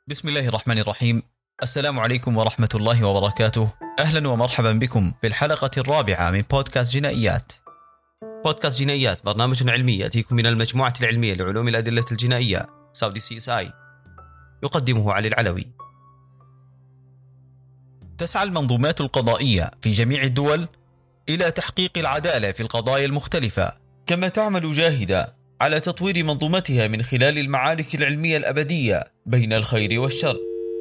بسم الله الرحمن الرحيم. السلام عليكم ورحمة الله وبركاته. أهلا ومرحبا بكم في الحلقة الرابعة من بودكاست جنائيات. بودكاست جنائيات برنامج علمي يأتيكم من المجموعة العلمية لعلوم الأدلة الجنائية ساودي CSI، يقدمه علي العلوي. تسعى المنظومات القضائية في جميع الدول إلى تحقيق العدالة في القضايا المختلفة، كما تعمل جاهدة على تطوير منظومتها من خلال المعارك العلمية الأبدية بين الخير والشر.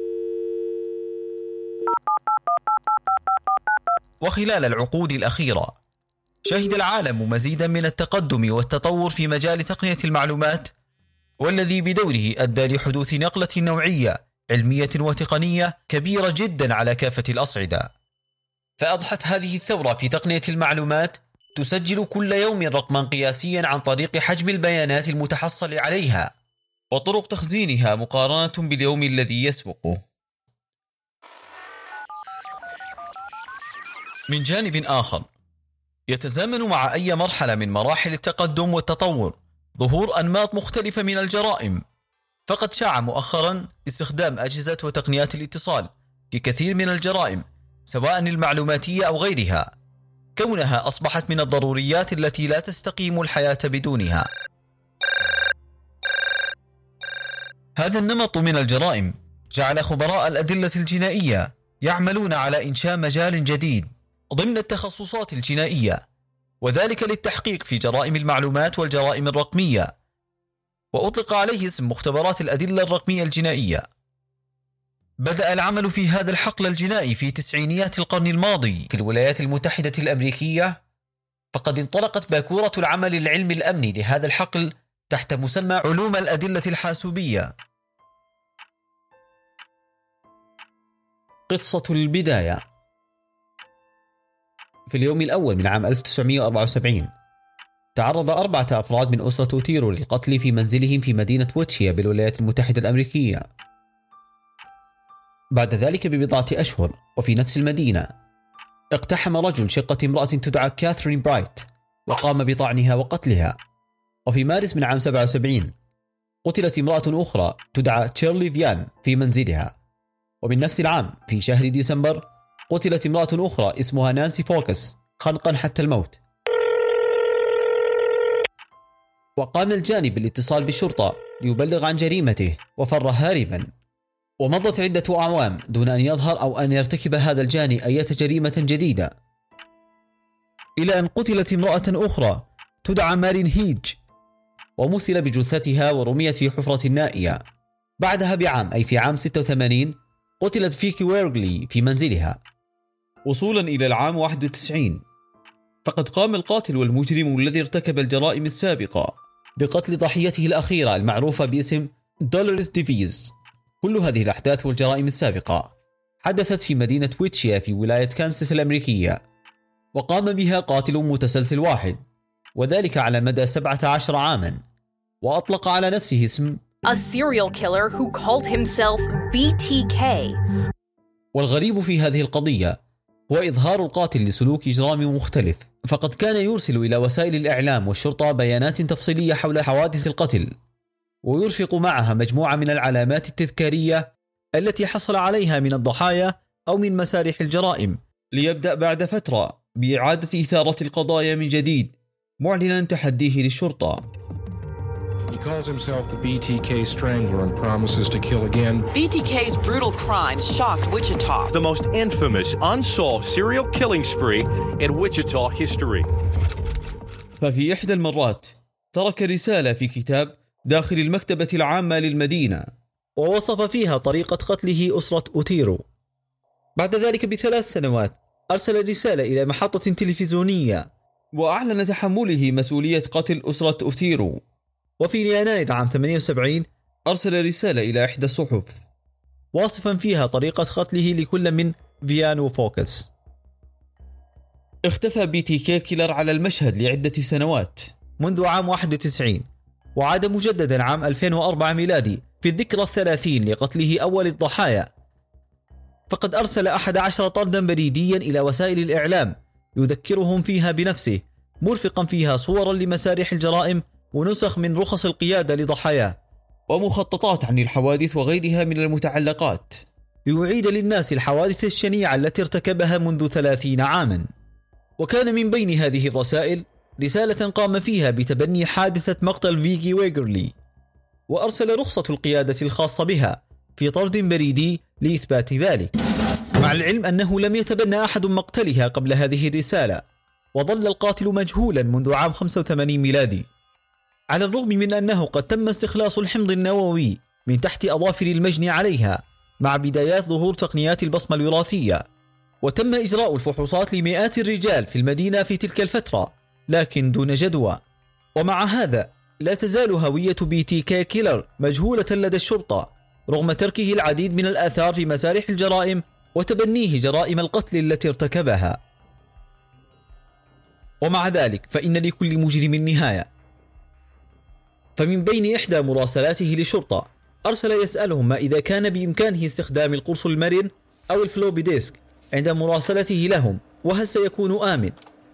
وخلال العقود الأخيرة شهد العالم مزيدا من التقدم والتطور في مجال تقنية المعلومات، والذي بدوره أدى لحدوث نقلة نوعية علمية وتقنية كبيرة جدا على كافة الأصعدة. فأضحت هذه الثورة في تقنية المعلومات تسجل كل يوم رقما قياسيا عن طريق حجم البيانات المتحصل عليها وطرق تخزينها مقارنة باليوم الذي يسبقه. من جانب آخر، يتزامن مع أي مرحلة من مراحل التقدم والتطور ظهور أنماط مختلفة من الجرائم. فقد شاع مؤخرا استخدام أجهزة وتقنيات الاتصال في كثير من الجرائم سواء المعلوماتية أو غيرها، كونها أصبحت من الضروريات التي لا تستقيم الحياة بدونها. هذا النمط من الجرائم جعل خبراء الأدلة الجنائية يعملون على إنشاء مجال جديد ضمن التخصصات الجنائية، وذلك للتحقيق في جرائم المعلومات والجرائم الرقمية، وأطلق عليه اسم مختبرات الأدلة الرقمية الجنائية. بدأ العمل في هذا الحقل الجنائي في تسعينيات القرن الماضي في الولايات المتحدة الأمريكية، فقد انطلقت باكورة العمل العلمي الأمني لهذا الحقل تحت مسمى علوم الأدلة الحاسوبية. قصة البداية. في اليوم الأول من عام 1974 تعرض 4 أفراد من أسرة أوتيرو للقتل في منزلهم في مدينة ويتشيا بالولايات المتحدة الأمريكية. بعد ذلك ببضعة أشهر وفي نفس المدينة اقتحم رجل شقة امرأة تدعى كاثرين برايت وقام بطعنها وقتلها. وفي مارس من عام 77 قتلت امرأة أخرى تدعى تشيرلي فيان في منزلها. ومن نفس العام في شهر ديسمبر قتلت امرأة أخرى اسمها نانسي فوكس خنقا حتى الموت. وقام الجاني بالاتصال بالشرطة ليبلغ عن جريمته وفر هاربا. ومضت عدة أعوام دون أن يظهر أو أن يرتكب هذا الجاني أي جريمة جديدة، إلى أن قتلت امرأة أخرى تدعى مارين هيج ومثل بجثتها ورميت في حفرة نائية. بعدها بعام أي في عام 86 قتلت فيكي ويرغلي في منزلها. وصولا إلى العام 91 فقد قام القاتل والمجرم الذي ارتكب الجرائم السابقة بقتل ضحيته الأخيرة المعروفة باسم دولوريس ديفيز. كل هذه الأحداث والجرائم السابقة حدثت في مدينة ويتشيا في ولاية كانساس الأمريكية، وقام بها قاتل متسلسل واحد، وذلك على مدى 17 عاما، وأطلق على نفسه اسم A serial killer who called himself BTK. والغريب في هذه القضية هو إظهار القاتل لسلوك إجرامي مختلف، فقد كان يرسل إلى وسائل الإعلام والشرطة بيانات تفصيلية حول حوادث القتل، ويرفق معها مجموعة من العلامات التذكارية التي حصل عليها من الضحايا أو من مسارح الجرائم، ليبدأ بعد فترة بإعادة إثارة القضايا من جديد معلنا تحديه للشرطة. He calls himself the BTK Strangler and promises to kill again. BTK's brutal crimes shocked Wichita. The most infamous unsolved serial killing spree in Wichita history. ففي إحدى المرات ترك رسالة في كتاب داخل المكتبة العامة للمدينة، ووصف فيها طريقة قتله أسرة أوتيرو. بعد ذلك ب3 سنوات أرسل رسالة إلى محطة تلفزيونية وأعلن تحمله مسؤولية قتل أسرة أوتيرو. وفي يناير عام 78 أرسل رسالة إلى إحدى الصحف واصفا فيها طريقة قتله لكل من فيان وفوكس. اختفى BTK كيلر على المشهد لعدة سنوات منذ عام 91، وعاد مجددا عام 2004 ميلادي في الذكرى 30 لقتله أول الضحايا. فقد أرسل 11 طردا بريديا إلى وسائل الإعلام يذكرهم فيها بنفسه، مرفقا فيها صورا لمسارح الجرائم ونسخ من رخص القيادة لضحاياه، ومخططات عن الحوادث وغيرها من المتعلقات، ليعيد للناس الحوادث الشنيعة التي ارتكبها منذ 30 عاما. وكان من بين هذه الرسائل رسالة قام فيها بتبني حادثة مقتل فيكي ويغرلي، وأرسل رخصة القيادة الخاصة بها في طرد بريدي لإثبات ذلك، مع العلم أنه لم يتبنى أحد مقتلها قبل هذه الرسالة، وظل القاتل مجهولا منذ عام 85 ميلادي، على الرغم من أنه قد تم استخلاص الحمض النووي من تحت أظافر المجني عليها مع بدايات ظهور تقنيات البصمة الوراثية، وتم إجراء الفحوصات لمئات الرجال في المدينة في تلك الفترة، لكن دون جدوى. ومع هذا لا تزال هوية BTK كيلر مجهولة لدى الشرطة، رغم تركه العديد من الآثار في مسارح الجرائم وتبنيه جرائم القتل التي ارتكبها. ومع ذلك فإن لكل مجرم نهاية، فمن بين إحدى مراسلاته للشرطة أرسل يسألهم ما إذا كان بإمكانه استخدام القرص المرن أو الفلوبي ديسك عند مراسلته لهم، وهل سيكون آمن؟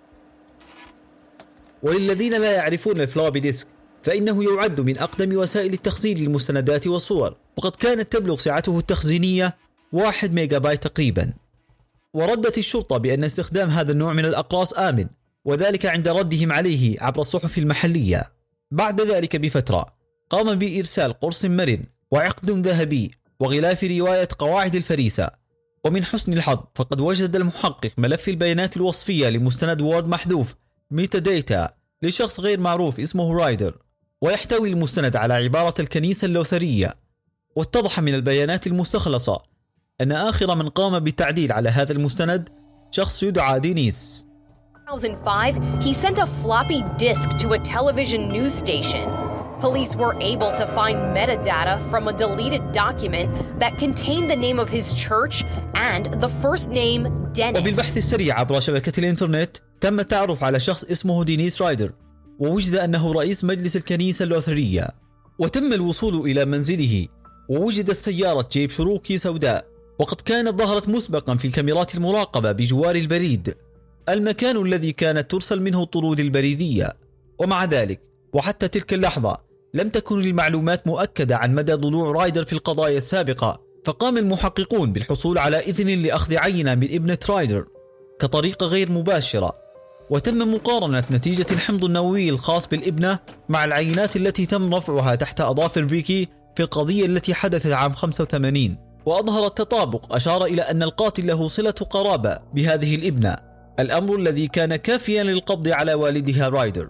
وللذين لا يعرفون الفلوبي ديسك فإنه يعد من أقدم وسائل التخزين للمستندات والصور، وقد كانت تبلغ سعته التخزينية 1 ميجا بايت تقريبا. وردت الشرطة بأن استخدام هذا النوع من الأقراص آمن، وذلك عند ردهم عليه عبر الصحف المحلية. بعد ذلك بفترة قام بإرسال قرص مرن وعقد ذهبي وغلاف رواية قواعد الفريسة، ومن حسن الحظ فقد وجد المحقق ملف البيانات الوصفية لمستند وورد محذوف ميتا داتا لشخص غير معروف اسمه رايدر، ويحتوي المستند على عبارة الكنيسة اللوثرية. واتضح من البيانات المستخلصة أن آخر من قام بالتعديل على هذا المستند شخص يدعى دينيس. In 2005, he sent a floppy disk to a television news station. Police were able to find metadata from a deleted document that contained the name of his church and the first name Dennis. وبالبحث السريع عبر شبكة الإنترنت تم التعرف على شخص اسمه دينيس رايدر، ووجد أنه رئيس مجلس الكنيسة اللوثرية. وتم الوصول إلى منزله، ووجدت سيارة جيب شروكي سوداء، وقد كانت ظهرت مسبقا في الكاميرات المراقبة بجوار البريد، المكان الذي كانت ترسل منه الطرود البريدية. ومع ذلك وحتى تلك اللحظة لم تكن المعلومات مؤكدة عن مدى ضلوع رايدر في القضايا السابقة، فقام المحققون بالحصول على إذن لأخذ عينة من ابنة رايدر كطريقة غير مباشرة، وتم مقارنة نتيجة الحمض النووي الخاص بالابنة مع العينات التي تم رفعها تحت أظافر فيكي في القضية التي حدثت عام 85، وأظهر التطابق أشار إلى أن القاتل له صلة قرابة بهذه الابنة، الأمر الذي كان كافيا للقبض على والدها رايدر.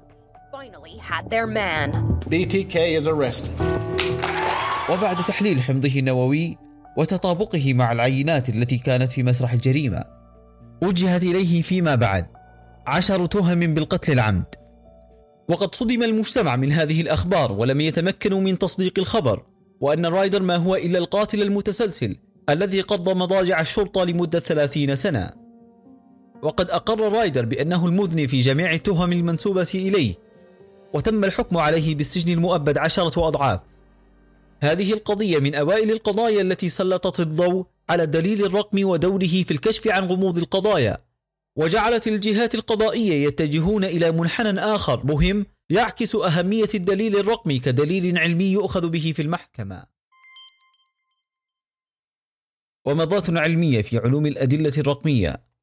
BTK is arrested. وبعد تحليل حمضه النووي وتطابقه مع العينات التي كانت في مسرح الجريمة، وجهت إليه فيما بعد 10 تهم بالقتل العمد. وقد صدم المجتمع من هذه الأخبار ولم يتمكنوا من تصديق الخبر، وأن رايدر ما هو إلا القاتل المتسلسل الذي قضى مضاجع الشرطة لمدة 30 سنة. وقد أقر رايدر بأنه المذنب في جميع التهم المنسوبة إليه، وتم الحكم عليه بالسجن المؤبد 10 أضعاف. هذه القضية من أوائل القضايا التي سلطت الضوء على الدليل الرقمي ودوره في الكشف عن غموض القضايا، وجعلت الجهات القضائية يتجهون إلى منحنى آخر مهم يعكس أهمية الدليل الرقمي كدليل علمي يؤخذ به في المحكمة. ومضات علمية في علوم الأدلة الرقمية.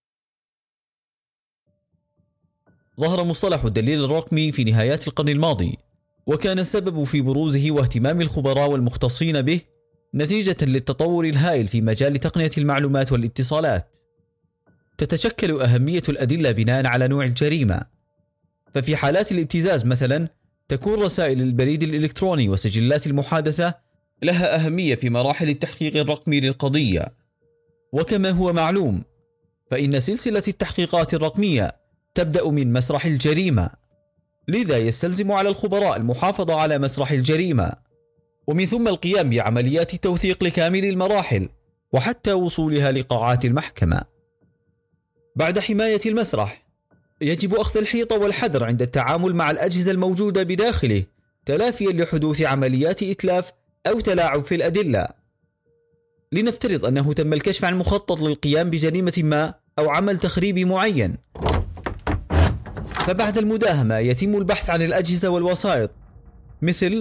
ظهر مصطلح الدليل الرقمي في نهايات القرن الماضي، وكان السبب في بروزه واهتمام الخبراء والمختصين به نتيجة للتطور الهائل في مجال تقنية المعلومات والاتصالات. تتشكل أهمية الأدلة بناء على نوع الجريمة، ففي حالات الابتزاز مثلا تكون رسائل البريد الإلكتروني وسجلات المحادثة لها أهمية في مراحل التحقيق الرقمي للقضية. وكما هو معلوم فإن سلسلة التحقيقات الرقمية تبدأ من مسرح الجريمة، لذا يستلزم على الخبراء المحافظة على مسرح الجريمة، ومن ثم القيام بعمليات التوثيق لكامل المراحل وحتى وصولها لقاعات المحكمة. بعد حماية المسرح يجب أخذ الحيطة والحذر عند التعامل مع الأجهزة الموجودة بداخله، تلافيا لحدوث عمليات إتلاف أو تلاعب في الأدلة. لنفترض أنه تم الكشف عن مخطط للقيام بجريمة ما أو عمل تخريبي معين، فبعد المداهمة يتم البحث عن الأجهزة والوسائط مثل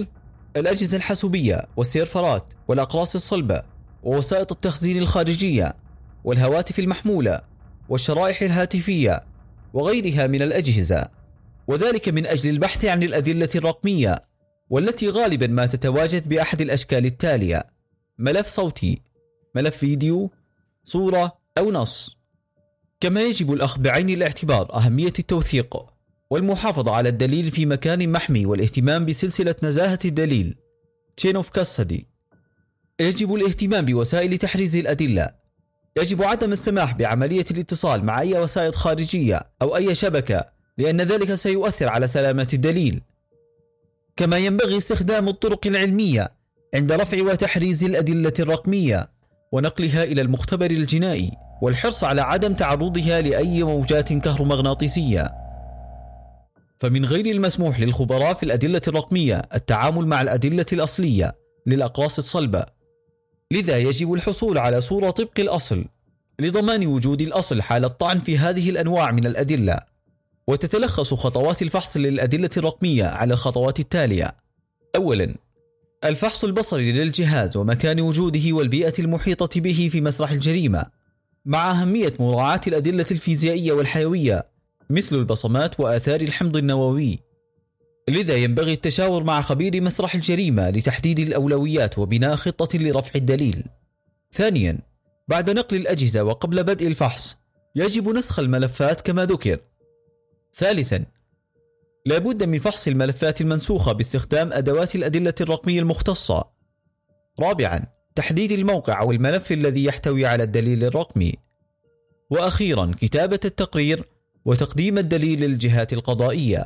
الأجهزة الحاسوبية والسيرفرات والأقراص الصلبة ووسائط التخزين الخارجية والهواتف المحمولة والشرائح الهاتفية وغيرها من الأجهزة، وذلك من أجل البحث عن الأدلة الرقمية، والتي غالبا ما تتواجد بأحد الأشكال التالية: ملف صوتي، ملف فيديو، صورة أو نص. كما يجب الأخذ بعين الاعتبار أهمية التوثيق والمحافظة على الدليل في مكان محمي والاهتمام بسلسلة نزاهة الدليل Chain of Custody. يجب الاهتمام بوسائل تحريز الأدلة. يجب عدم السماح بعملية الاتصال مع أي وسائط خارجية أو أي شبكة، لأن ذلك سيؤثر على سلامة الدليل. كما ينبغي استخدام الطرق العلمية عند رفع وتحريز الأدلة الرقمية ونقلها إلى المختبر الجنائي، والحرص على عدم تعرضها لأي موجات كهرومغناطيسية. فمن غير المسموح للخبراء في الأدلة الرقمية التعامل مع الأدلة الأصلية للأقراص الصلبة، لذا يجب الحصول على صورة طبق الأصل لضمان وجود الأصل حال الطعن في هذه الأنواع من الأدلة. وتتلخص خطوات الفحص للأدلة الرقمية على الخطوات التالية: أولاً، الفحص البصري للجهاز ومكان وجوده والبيئة المحيطة به في مسرح الجريمة، مع أهمية مراعاة الأدلة الفيزيائية والحيوية مثل البصمات وآثار الحمض النووي. لذا ينبغي التشاور مع خبير مسرح الجريمة لتحديد الأولويات وبناء خطة لرفع الدليل. ثانياً، بعد نقل الأجهزة وقبل بدء الفحص يجب نسخ الملفات كما ذكر. ثالثاً، لا بد من فحص الملفات المنسوخة باستخدام أدوات الأدلة الرقمية المختصة. رابعاً، تحديد الموقع أو الملف الذي يحتوي على الدليل الرقمي. وأخيراً، كتابة التقرير وتقديم الدليل للجهات القضائية.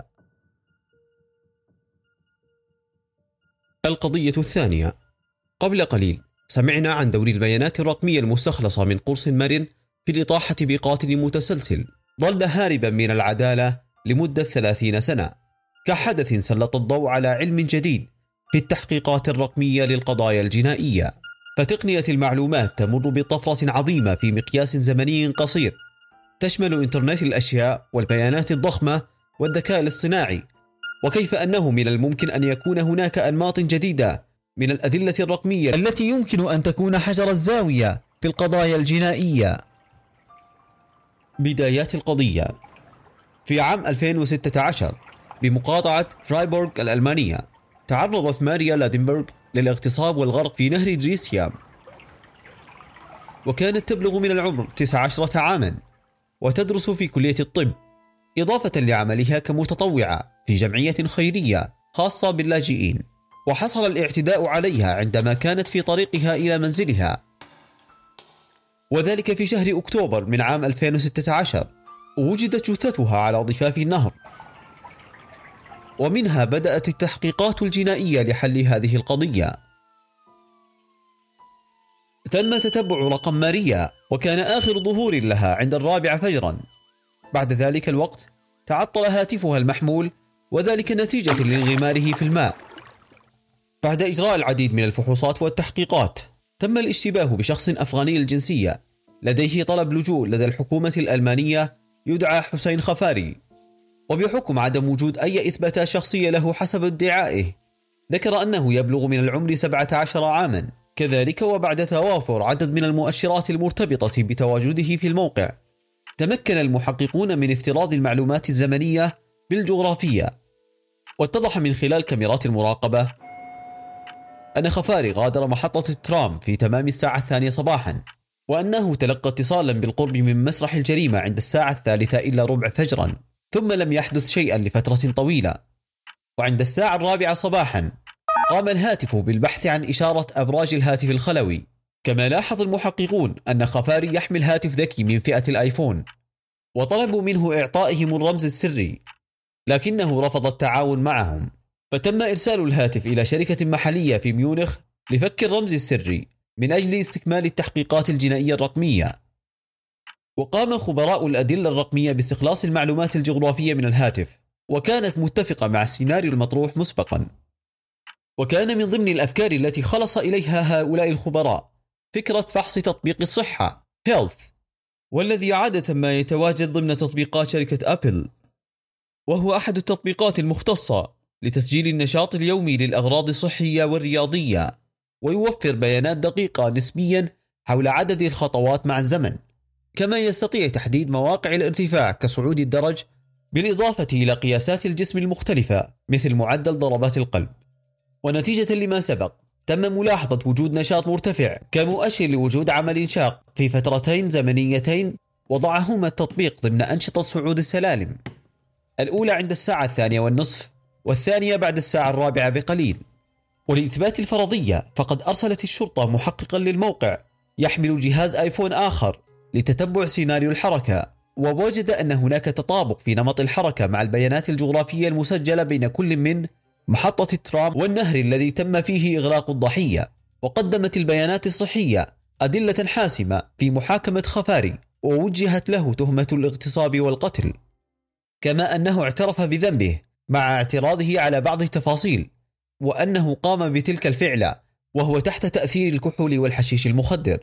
القضية الثانية. قبل قليل سمعنا عن دور البيانات الرقمية المستخلصة من قرص مرن في الإطاحة بقاتل متسلسل ظل هاربا من العدالة لمدة 30 سنة، كحدث سلط الضوء على علم جديد في التحقيقات الرقمية للقضايا الجنائية. فتقنية المعلومات تمر بطفرة عظيمة في مقياس زمني قصير، تشمل إنترنت الأشياء والبيانات الضخمة والذكاء الاصطناعي، وكيف أنه من الممكن أن يكون هناك أنماط جديدة من الأدلة الرقمية التي يمكن أن تكون حجر الزاوية في القضايا الجنائية. بدايات القضية. في عام 2016 بمقاطعة فرايبورغ الألمانية تعرضت ماريا لادنبرغ للاغتصاب والغرق في نهر دريسيام، وكانت تبلغ من العمر 19 عاما وتدرس في كلية الطب، إضافة لعملها كمتطوعة في جمعية خيرية خاصة باللاجئين. وحصل الاعتداء عليها عندما كانت في طريقها إلى منزلها، وذلك في شهر أكتوبر من عام 2016. وجدت جثتها على ضفاف النهر، ومنها بدأت التحقيقات الجنائية لحل هذه القضية. تم تتبع رقم ماريا، وكان آخر ظهور لها عند 4 فجرا. بعد ذلك الوقت تعطل هاتفها المحمول، وذلك نتيجة لانغماره في الماء. بعد إجراء العديد من الفحوصات والتحقيقات تم الاشتباه بشخص أفغاني الجنسية لديه طلب لجوء لدى الحكومة الألمانية يدعى حسين خفاري. وبحكم عدم وجود أي إثباتات شخصية له حسب ادعائه، ذكر أنه يبلغ من العمر 17 عاما. كذلك وبعد توافر عدد من المؤشرات المرتبطة بتواجده في الموقع، تمكن المحققون من افتراض المعلومات الزمنية بالجغرافية. واتضح من خلال كاميرات المراقبة أن خفاري غادر محطة الترام في تمام الساعة 2 صباحا، وأنه تلقى اتصالا بالقرب من مسرح الجريمة عند الساعة 3:15 فجرا، ثم لم يحدث شيئا لفترة طويلة. وعند الساعة 4 صباحا قام الهاتف بالبحث عن إشارة أبراج الهاتف الخلوي. كما لاحظ المحققون أن خفاري يحمل هاتف ذكي من فئة الآيفون، وطلبوا منه إعطائهم الرمز السري، لكنه رفض التعاون معهم. فتم إرسال الهاتف إلى شركة محلية في ميونخ لفك الرمز السري من أجل استكمال التحقيقات الجنائية الرقمية. وقام خبراء الأدلة الرقمية باستخلاص المعلومات الجغرافية من الهاتف، وكانت متفقة مع السيناريو المطروح مسبقا. وكان من ضمن الأفكار التي خلص إليها هؤلاء الخبراء فكرة فحص تطبيق الصحة Health، والذي عادة ما يتواجد ضمن تطبيقات شركة أبل، وهو أحد التطبيقات المختصة لتسجيل النشاط اليومي للأغراض الصحية والرياضية، ويوفر بيانات دقيقة نسبيا حول عدد الخطوات مع الزمن. كما يستطيع تحديد مواقع الارتفاع كصعود الدرج، بالإضافة إلى قياسات الجسم المختلفة مثل معدل ضربات القلب. ونتيجة لما سبق، تم ملاحظة وجود نشاط مرتفع كمؤشر لوجود عمل شاق في فترتين زمنيتين وضعهما التطبيق ضمن أنشطة صعود السلالم، الأولى عند الساعة 2:30 والثانية بعد الساعة 4 بقليل. ولإثبات الفرضية، فقد أرسلت الشرطة محققا للموقع يحمل جهاز آيفون آخر لتتبع سيناريو الحركة، ووجد أن هناك تطابق في نمط الحركة مع البيانات الجغرافية المسجلة بين كل من محطة الترام والنهر الذي تم فيه إغراق الضحية. وقدمت البيانات الصحية أدلة حاسمة في محاكمة خفاري، ووجهت له تهمة الاغتصاب والقتل، كما أنه اعترف بذنبه مع اعتراضه على بعض التفاصيل، وأنه قام بتلك الفعلة وهو تحت تأثير الكحول والحشيش المخدر.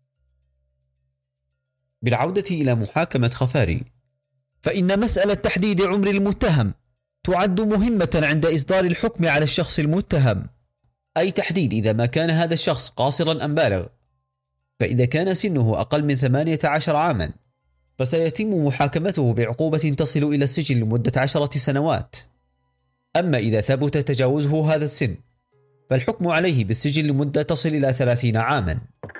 بالعودة إلى محاكمة خفاري، فإن مسألة تحديد عمر المتهم تعد مهمة عند إصدار الحكم على الشخص المتهم، أي تحديد إذا ما كان هذا الشخص قاصرا أم بالغ. فإذا كان سنه أقل من 18 عاما فسيتم محاكمته بعقوبة تصل إلى السجن لمدة 10 سنوات. أما إذا ثبت تجاوزه هذا السن فالحكم عليه بالسجن لمدة تصل إلى 30 عاما.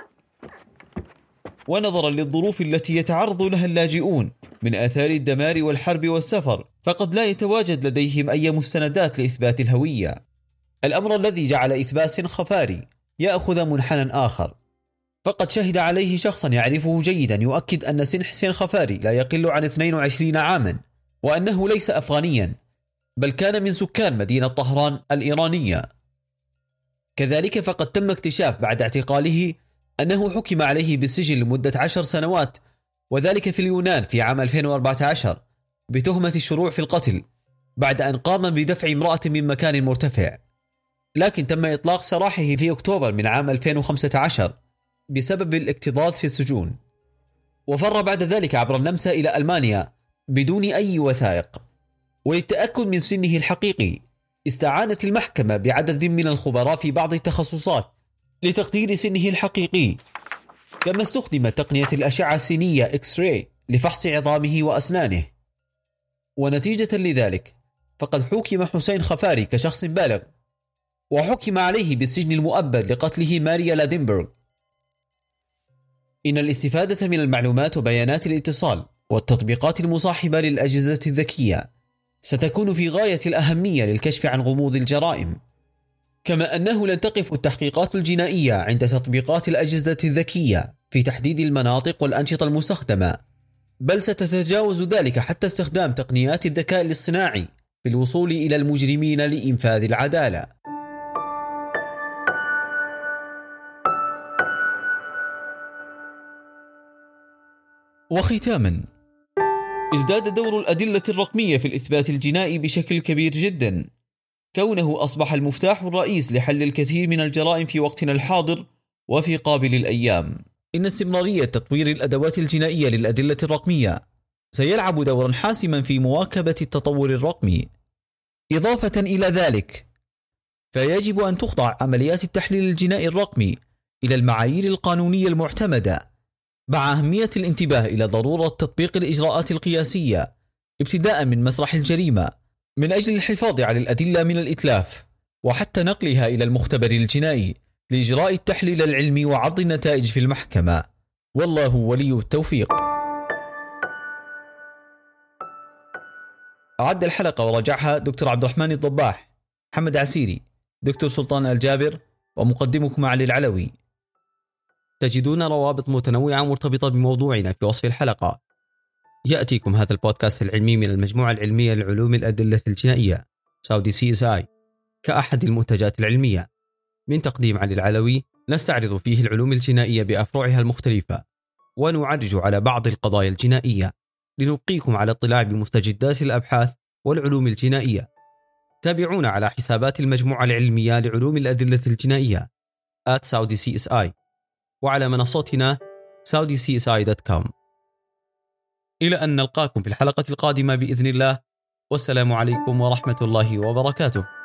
ونظرا للظروف التي يتعرض لها اللاجئون من آثار الدمار والحرب والسفر، فقد لا يتواجد لديهم أي مستندات لإثبات الهوية، الأمر الذي جعل إثبات سن خفاري يأخذ منحنى آخر. فقد شهد عليه شخصا يعرفه جيدا يؤكد أن سن حسين خفاري لا يقل عن 22 عاما، وأنه ليس أفغانيا بل كان من سكان مدينة طهران الإيرانية. كذلك فقد تم اكتشاف بعد اعتقاله أنه حكم عليه بالسجن لمدة 10 سنوات، وذلك في اليونان في عام 2014 بتهمة الشروع في القتل بعد أن قام بدفع امرأة من مكان مرتفع، لكن تم إطلاق سراحه في أكتوبر من عام 2015 بسبب الاكتظاظ في السجون. وفر بعد ذلك عبر النمسا إلى ألمانيا بدون أي وثائق. وللتأكد من سنه الحقيقي استعانت المحكمة بعدد من الخبراء في بعض التخصصات لتقدير سنه الحقيقي، كما استخدمت تقنية الأشعة السينية إكس راي لفحص عظامه وأسنانه. ونتيجة لذلك فقد حكم حسين خفاري كشخص بالغ، وحكم عليه بالسجن المؤبد لقتله ماريا لادنبرغ. إن الاستفادة من المعلومات وبيانات الاتصال والتطبيقات المصاحبة للأجهزة الذكية ستكون في غاية الأهمية للكشف عن غموض الجرائم، كما أنه لن تقف التحقيقات الجنائية عند تطبيقات الأجهزة الذكية في تحديد المناطق والأنشطة المستخدمة، بل ستتجاوز ذلك حتى استخدام تقنيات الذكاء الاصطناعي في الوصول إلى المجرمين لإنفاذ العدالة. وختاما، ازداد دور الأدلة الرقمية في الإثبات الجنائي بشكل كبير جدا، كونه أصبح المفتاح الرئيس لحل الكثير من الجرائم في وقتنا الحاضر وفي قابل الأيام. إن استمرارية تطوير الأدوات الجنائية للأدلة الرقمية سيلعب دورا حاسما في مواكبة التطور الرقمي. إضافة إلى ذلك، فيجب أن تخضع عمليات التحليل الجنائي الرقمي إلى المعايير القانونية المعتمدة، مع أهمية الانتباه إلى ضرورة تطبيق الإجراءات القياسية ابتداء من مسرح الجريمة من أجل الحفاظ على الأدلة من الإتلاف، وحتى نقلها إلى المختبر الجنائي لإجراء التحليل العلمي وعرض النتائج في المحكمة، والله ولي التوفيق. أعد الحلقة ورجعها دكتور عبد الرحمن الضباح، محمد عسيري، دكتور سلطان الجابر، ومقدمكم علي العلوي. تجدون روابط متنوعة مرتبطة بموضوعنا في وصف الحلقة. يأتيكم هذا البودكاست العلمي من المجموعة العلمية لعلوم الأدلة الجنائية ساودي CSI كأحد المنتجات العلمية من تقديم علي العلوي. نستعرض فيه العلوم الجنائية بأفرعها المختلفة، ونعرج على بعض القضايا الجنائية لنبقيكم على اطلاع بمستجدات الأبحاث والعلوم الجنائية. تابعونا على حسابات المجموعة العلمية لعلوم الأدلة الجنائية @SaudiCSI، وعلى منصتنا saudiCSI.com. إلى أن نلقاكم في الحلقة القادمة بإذن الله، والسلام عليكم ورحمة الله وبركاته.